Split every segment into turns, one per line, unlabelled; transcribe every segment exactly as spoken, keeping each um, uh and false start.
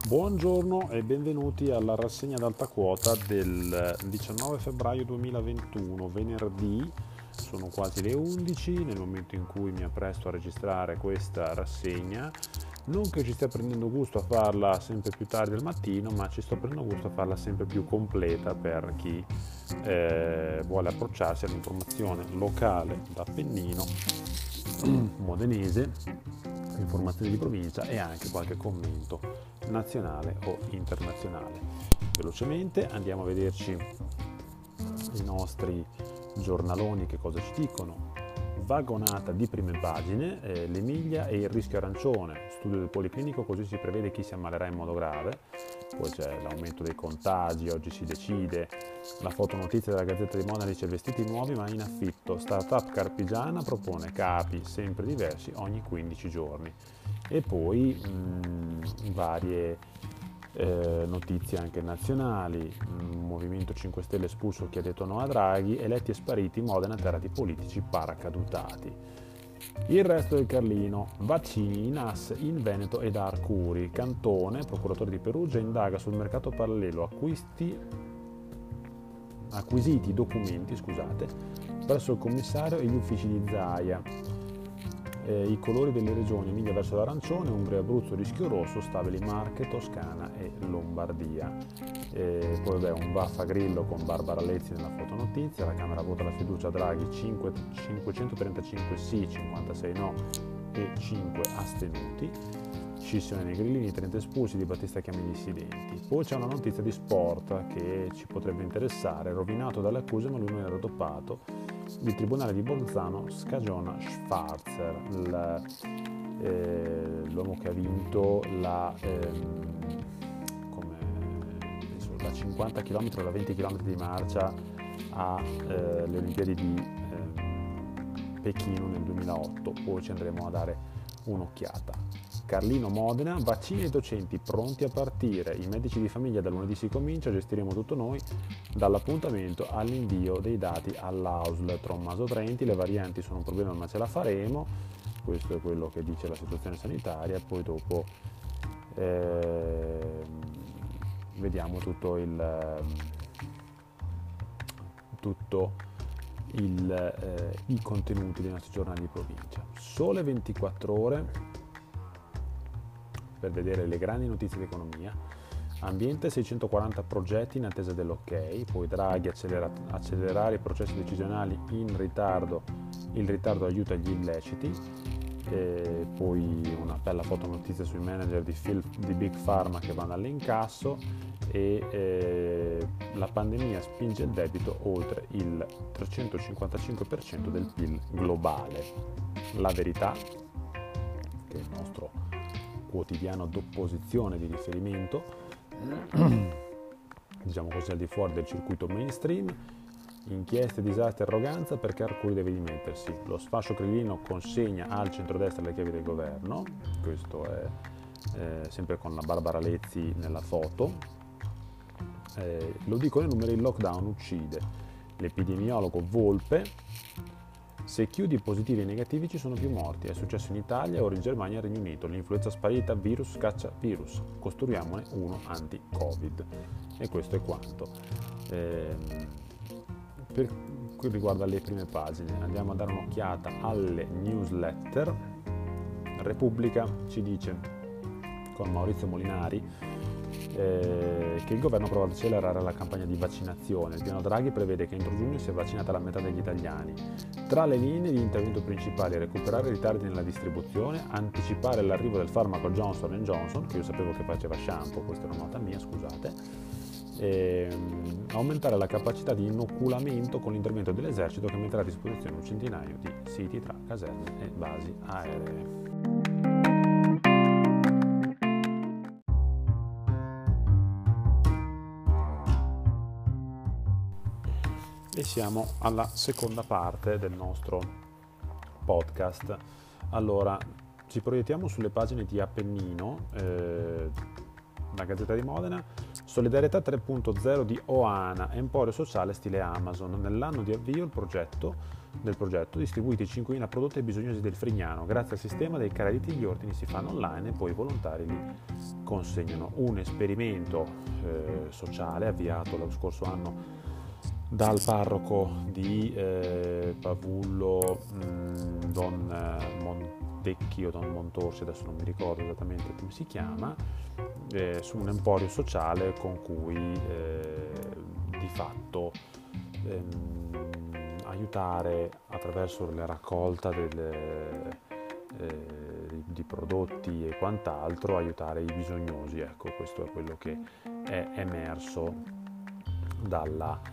Buongiorno e benvenuti alla rassegna d'alta quota del diciannove febbraio duemilaventuno, venerdì. Sono quasi le undici nel momento in cui mi appresto a registrare questa rassegna. Non che ci stia prendendo gusto a farla sempre più tardi al mattino, ma ci sto prendendo gusto a farla sempre più completa per chi eh, vuole approcciarsi all'informazione locale d'Appennino, modenese, informazioni di provincia e anche qualche commento nazionale o internazionale. Velocemente andiamo a vederci i nostri giornaloni, che cosa ci dicono. Vagonata di prime pagine, eh, l'Emilia e il rischio arancione, studio del Policlinico, così si prevede chi si ammalerà in modo grave. Poi c'è l'aumento dei contagi, oggi si decide. La fotonotizia della Gazzetta di Modena dice vestiti nuovi ma in affitto, startup carpigiana propone capi sempre diversi ogni quindici giorni. E poi mh, varie eh, notizie anche nazionali, mh, Movimento cinque Stelle espulso chi ha detto no a Draghi, eletti e spariti, Modena terra di politici paracadutati. Il resto del Carlino, vaccini in A S in Veneto ed a Arcuri, Cantone, procuratore di Perugia, indaga sul mercato parallelo acquisti, acquisiti documenti scusate, presso il commissario e gli uffici di Zaia. Eh, I colori delle regioni: Emilia verso l'arancione, Umbria, Abruzzo, rischio rosso, stabili Marche, Toscana e Lombardia. Eh, poi vabbè, un vaffagrillo con Barbara Lezzi nella fotonotizia. La Camera vota la fiducia a Draghi, cinque, cinquecentotrentacinque sì, cinquantasei no e cinque astenuti. Scissione nei grillini, trenta espulsi, Di Battista chiama i dissidenti. Poi c'è una notizia di sport che ci potrebbe interessare: rovinato dalle accuse ma lui non era doppato. Il tribunale di Bolzano scagiona Schwarzer, il, eh, l'uomo che ha vinto la, ehm, come, penso, da cinquanta chilometri o da venti chilometri di marcia alle eh, Olimpiadi di eh, Pechino nel duemilaotto. Poi ci andremo a dare un'occhiata. Carlino Modena, vaccini e docenti pronti a partire, i medici di famiglia da lunedì si comincia, gestiremo tutto noi, dall'appuntamento all'invio dei dati all'A U S L. Tommaso Trenti, le varianti sono un problema ma ce la faremo, questo è quello che dice la situazione sanitaria. Poi dopo eh, vediamo tutto il tutto il, eh, i contenuti dei nostri giornali di provincia. Sole ventiquattro ore per vedere le grandi notizie di economia. Ambiente, seicentoquaranta progetti in attesa dell'ok. Poi Draghi accelera, accelerare i processi decisionali in ritardo, il ritardo aiuta gli illeciti. E poi una bella fotonotizia sui manager di, Phil, di Big Pharma che vanno all'incasso. E eh, la pandemia spinge il debito oltre il trecentocinquantacinque per cento del P I L globale. La Verità, che è il nostro quotidiano d'opposizione di riferimento, diciamo così al di fuori del circuito mainstream: inchieste, disastri e arroganza perché Arcuri deve dimettersi, lo sfascio grillino consegna al centrodestra le chiavi del governo. Questo è eh, sempre con la Barbara Lezzi nella foto. Eh, lo dicono i numeri, il lockdown uccide. L'epidemiologo Volpe: se chiudi positivi e negativi ci sono più morti, è successo in Italia, ora in Germania e Regno Unito, l'influenza sparita, virus scaccia virus, costruiamone uno anti-Covid. E questo è quanto. Eh, per cui riguarda le prime pagine, andiamo a dare un'occhiata alle newsletter. Repubblica ci dice, con Maurizio Molinari, Eh, che il governo prova ad accelerare la campagna di vaccinazione. Il piano Draghi prevede che entro giugno sia vaccinata la metà degli italiani. Tra le linee di intervento principali: recuperare i ritardi nella distribuzione, anticipare l'arrivo del farmaco Johnson and Johnson, che io sapevo che faceva shampoo, questa è una nota mia, scusate, e, um, aumentare la capacità di inoculamento con l'intervento dell'esercito, che metterà a disposizione un centinaio di siti tra caserme e basi aeree. E siamo alla seconda parte del nostro podcast. Allora, ci proiettiamo sulle pagine di Appennino, eh, la Gazzetta di Modena. Solidarietà tre punto zero di Oana, emporio sociale stile Amazon. Nell'anno di avvio il progetto, del progetto distribuiti cinquemila prodotti ai bisognosi del Frignano. Grazie al sistema dei crediti gli ordini si fanno online e poi i volontari li consegnano. Un esperimento eh, sociale avviato lo scorso anno dal parroco di eh, Pavullo mh, Don eh, Montecchi o Don Montorsi, adesso non mi ricordo esattamente come si chiama, eh, su un emporio sociale con cui eh, di fatto ehm, aiutare attraverso la raccolta delle, eh, di, di prodotti e quant'altro, aiutare i bisognosi. Ecco, questo è quello che è emerso dalla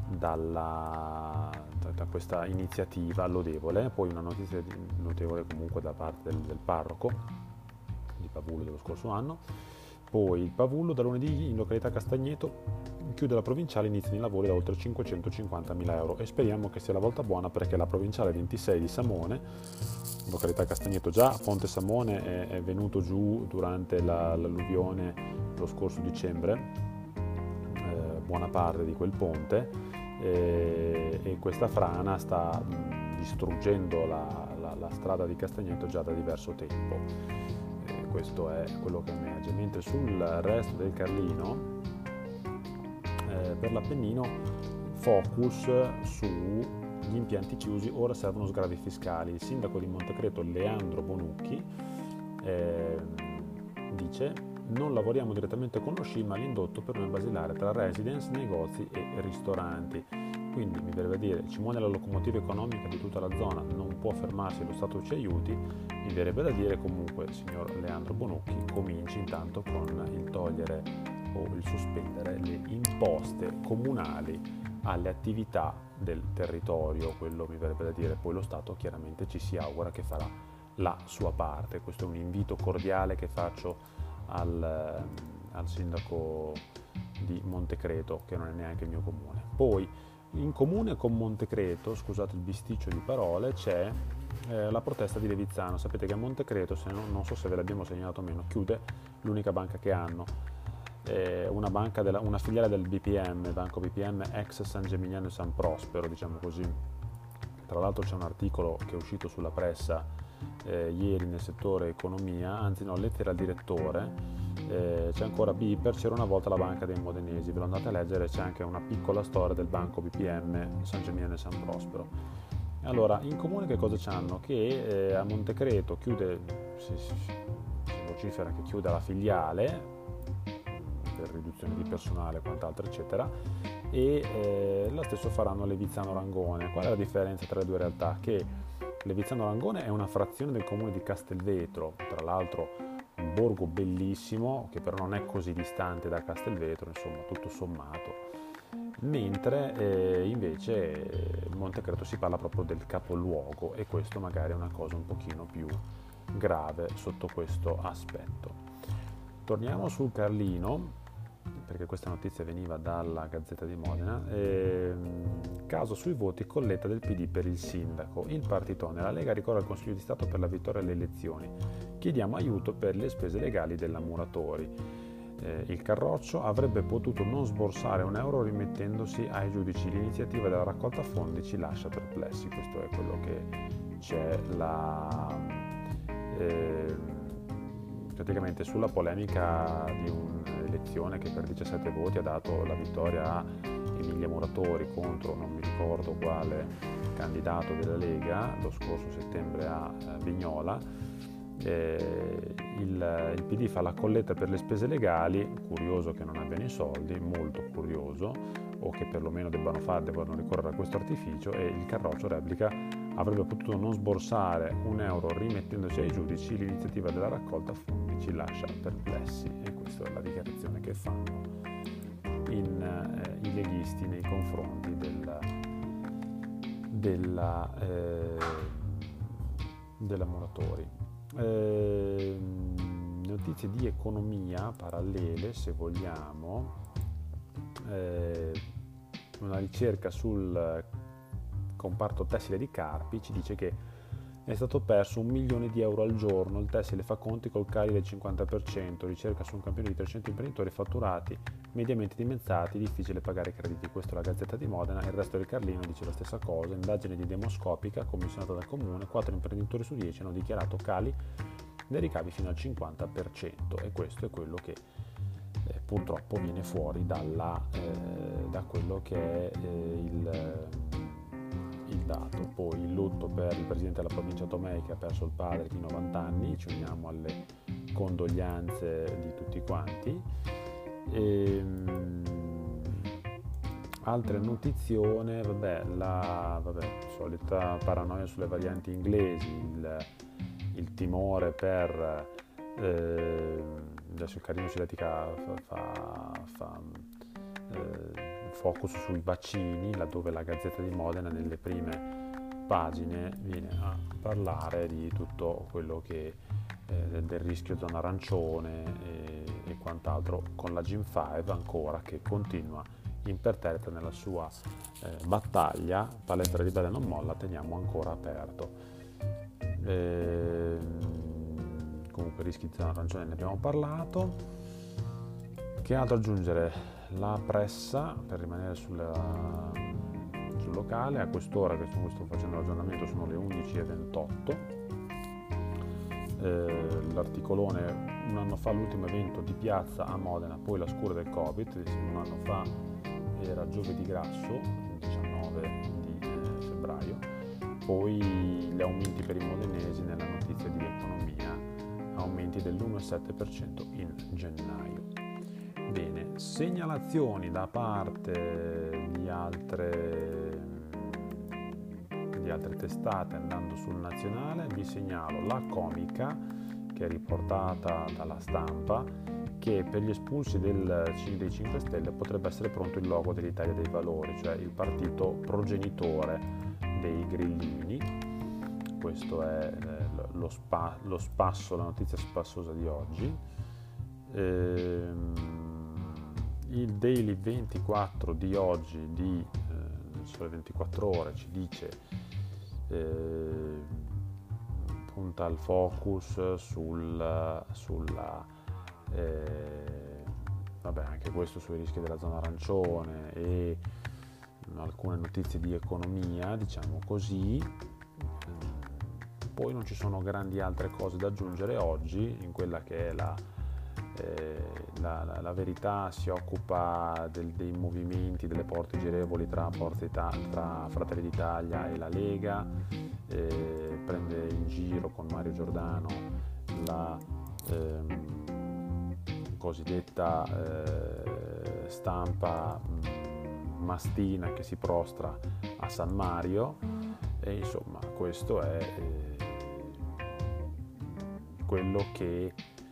Dalla, da, da questa iniziativa lodevole. Poi una notizia notevole comunque da parte del, del parroco di Pavullo dello scorso anno. Poi il Pavullo da lunedì in località Castagneto chiude la provinciale, iniziano i lavori da oltre cinquecentocinquantamila euro e speriamo che sia la volta buona, perché la provinciale ventisei di Samone, località Castagneto, già Ponte Samone è, è venuto giù durante la, l'alluvione lo scorso dicembre, eh, buona parte di quel ponte, e, e questa frana sta distruggendo la, la, la strada di Castagneto già da diverso tempo. E questo è quello che emerge. Mentre sul resto del Carlino, eh, per l'Appennino, focus sugli impianti chiusi, ora servono sgravi fiscali. Il sindaco di Montecreto Leandro Bonucchi eh, dice: non lavoriamo direttamente con lo sci, ma l'indotto per noi è basilare tra residence, negozi e ristoranti. Quindi mi verrebbe a dire, ci muove la locomotiva economica di tutta la zona, non può fermarsi, lo Stato ci aiuti. Mi verrebbe da dire comunque, signor Leandro Bonucchi, cominci intanto con il togliere o il sospendere le imposte comunali alle attività del territorio. Quello mi verrebbe da dire. Poi lo Stato chiaramente ci si augura che farà la sua parte. Questo è un invito cordiale che faccio Al, al sindaco di Montecreto, che non è neanche il mio comune. Poi in comune con Montecreto, scusate il bisticcio di parole, c'è eh, la protesta di Levizzano. Sapete che a Montecreto, se non, non so se ve l'abbiamo segnalato o meno, chiude l'unica banca che hanno, eh, una, banca della, una filiale del B P M, Banco B P M ex San Gemignano e San Prospero, diciamo così. Tra l'altro c'è un articolo che è uscito sulla Pressa Eh, ieri nel settore economia, anzi no, lettera al direttore, eh, c'è ancora Biper, c'era una volta la banca dei modenesi, ve lo andate a leggere, c'è anche una piccola storia del banco B P M San Gemignano e San Prospero. Allora, in comune che cosa c'hanno? Che eh, a Montecreto chiude, si, si, si vocifera che chiude la filiale per riduzione di personale e quant'altro eccetera, e eh, lo stesso faranno Levizzano Rangone. Qual è la differenza tra le due realtà? Che Levizzano Rangone è una frazione del comune di Castelvetro, tra l'altro un borgo bellissimo che però non è così distante da Castelvetro, insomma tutto sommato, mentre eh, invece eh, Montecreto si parla proprio del capoluogo, e questo magari è una cosa un pochino più grave sotto questo aspetto. Torniamo sul Carlino, perché questa notizia veniva dalla Gazzetta di Modena. Ehm, caso sui voti, colletta del P D per il sindaco. Il partitone, la Lega ricorre al Consiglio di Stato per la vittoria alle elezioni. Chiediamo aiuto per le spese legali della Muratori. Eh, il Carroccio avrebbe potuto non sborsare un euro rimettendosi ai giudici. L'iniziativa della raccolta fondi ci lascia perplessi. Questo è quello che c'è la... Eh, praticamente sulla polemica di un'elezione che per diciassette voti ha dato la vittoria a Emilia Muratori contro non mi ricordo quale candidato della Lega lo scorso settembre a Vignola. Eh, il, il P D fa la colletta per le spese legali, curioso che non abbiano i soldi, molto curioso, o che perlomeno debbano fare, debbano ricorrere a questo artificio, e il Carroccio replica: avrebbe potuto non sborsare un euro rimettendosi ai giudici, l'iniziativa della raccolta fondi ci lascia perplessi. E questa è la dichiarazione che fanno in, eh, i leghisti nei confronti della, della, eh, della Muratori. Eh, notizie di economia parallele, se vogliamo. Eh, una ricerca sul comparto tessile di Carpi ci dice che è stato perso un milione di euro al giorno. Il tessile fa conti col cali del cinquanta per cento. Ricerca su un campione di trecento imprenditori fatturati mediamente dimezzati, difficile pagare i crediti. Questo è la Gazzetta di Modena. Il Resto del Carlino dice la stessa cosa, indagine di demoscopica commissionata dal comune, quattro imprenditori su dieci hanno dichiarato cali dei ricavi fino al cinquanta per cento, e questo è quello che eh, purtroppo viene fuori dalla, eh, da quello che è eh, il, il dato. Poi il lutto per il presidente della provincia Tomei, che ha perso il padre di novanta anni, ci uniamo alle condoglianze di tutti quanti. E, mh, altre notizione, vabbè, la vabbè, solita paranoia sulle varianti inglesi, il, il timore per eh, adesso il Carlino Cinetica fa, fa, fa eh, focus sui vaccini, laddove la Gazzetta di Modena nelle prime pagine viene a parlare di tutto quello che eh, del rischio zona arancione e, e quant'altro, con la G M cinque ancora che continua imperterrita nella sua eh, battaglia. Palestra ribelle non molla, teniamo ancora aperto. E, comunque rischi di zona arancione ne abbiamo parlato. Che altro aggiungere? La pressa, per rimanere sulla, sul locale, a quest'ora che sto facendo l'aggiornamento sono le undici e ventotto. Eh, l'articolone: un anno fa l'ultimo evento di piazza a Modena, poi la scure del Covid. Un anno fa era Giovedì Grasso, il diciannove di eh, febbraio. Poi gli aumenti per i modenesi nella notizia di economia, aumenti dell'uno virgola sette per cento in gennaio. Bene, segnalazioni da parte di altre, di altre testate. Andando sul nazionale vi segnalo la Comica, che è riportata dalla Stampa, che per gli espulsi del, dei cinque Stelle potrebbe essere pronto il logo dell'Italia dei Valori, cioè il partito progenitore dei grillini. Questo è eh, lo, spa, lo spasso, la notizia spassosa di oggi. Ehm, il Daily ventiquattro di oggi di eh, Sole ventiquattro Ore ci dice, eh, punta il focus sul, sulla eh, vabbè, anche questo sui rischi della zona arancione e alcune notizie di economia, diciamo così. Poi non ci sono grandi altre cose da aggiungere oggi. In quella che è la, eh, la, la, la Verità si occupa del, dei movimenti, delle porte girevoli tra, Forza Italia, tra Fratelli d'Italia e la Lega, eh, prende in giro con Mario Giordano la ehm, cosiddetta eh, stampa mh, mastina che si prostra a San Mario, e insomma questo è eh, quello che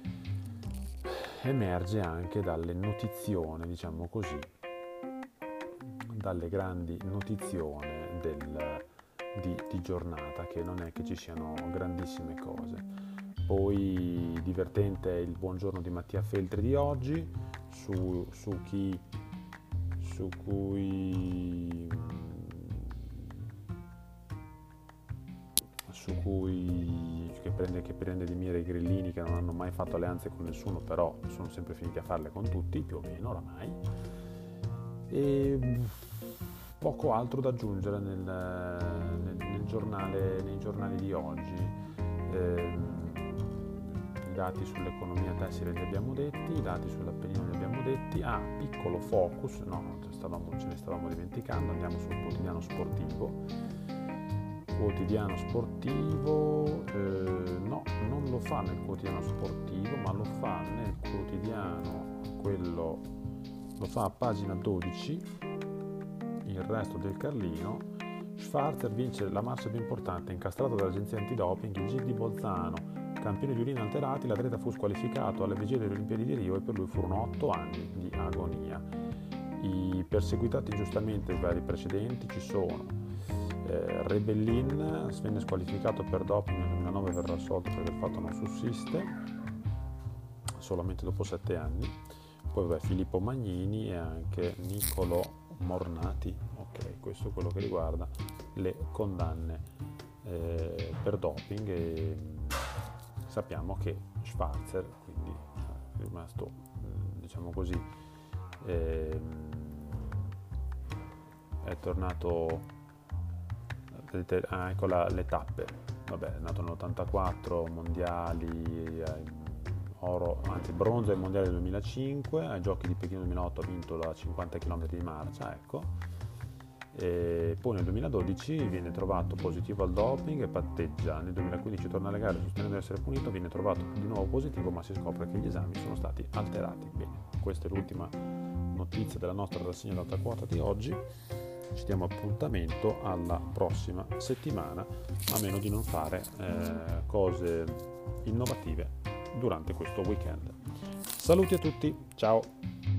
emerge anche dalle notizione, diciamo così, dalle grandi notizione del, di, di giornata, che non è che ci siano grandissime cose. Poi divertente è il buongiorno di Mattia Feltri di oggi, su, su chi su cui su cui che prende, che prende di mira i grillini che non hanno mai fatto alleanze con nessuno, però sono sempre finiti a farle con tutti, più o meno oramai. E poco altro da aggiungere nel, nel, nel giornale, nei giornali di oggi. Eh, i dati sull'economia tessile li abbiamo detti, i dati sull'Appennino li abbiamo detti. Ah, piccolo focus, no, stavamo, ce ne stavamo dimenticando, andiamo sul quotidiano sportivo. Quotidiano sportivo, eh, no, non lo fa nel quotidiano sportivo, ma lo fa nel quotidiano, quello lo fa a pagina dodici, il Resto del Carlino. Schwarzer vince la marcia più importante, incastrato dall'agenzia antidoping, il Gil di Bolzano, campione di urina alterati, l'atleta fu squalificato alle vigilie delle Olimpiadi di Rio e per lui furono otto anni di agonia. I perseguitati ingiustamente i vari precedenti ci sono. Eh, Rebellin venne squalificato per doping nel duemilanove, verrà assolto perché il fatto non sussiste, solamente dopo sette anni. Poi vabbè, Filippo Magnini e anche Niccolò Mornati. Ok, questo è quello che riguarda le condanne eh, per doping, e sappiamo che Schwarzer quindi è rimasto, diciamo così, ehm, è tornato, vedete, ah, ecco la, le tappe, vabbè, è nato nell'ottantaquattro, mondiali, eh, oro, anzi bronzo ai mondiali del duemilacinque, ai giochi di Pechino duemilaotto ha vinto la cinquanta chilometri di marcia, ecco. E poi nel duemiladodici viene trovato positivo al doping e patteggia, nel duemilaquindici torna alle gare sostenendo di essere punito, viene trovato di nuovo positivo ma si scopre che gli esami sono stati alterati. Bene, questa è l'ultima notizia della nostra rassegna d'alta quota di oggi, ci diamo appuntamento alla prossima settimana, a meno di non fare eh, cose innovative durante questo weekend. Saluti a tutti, ciao!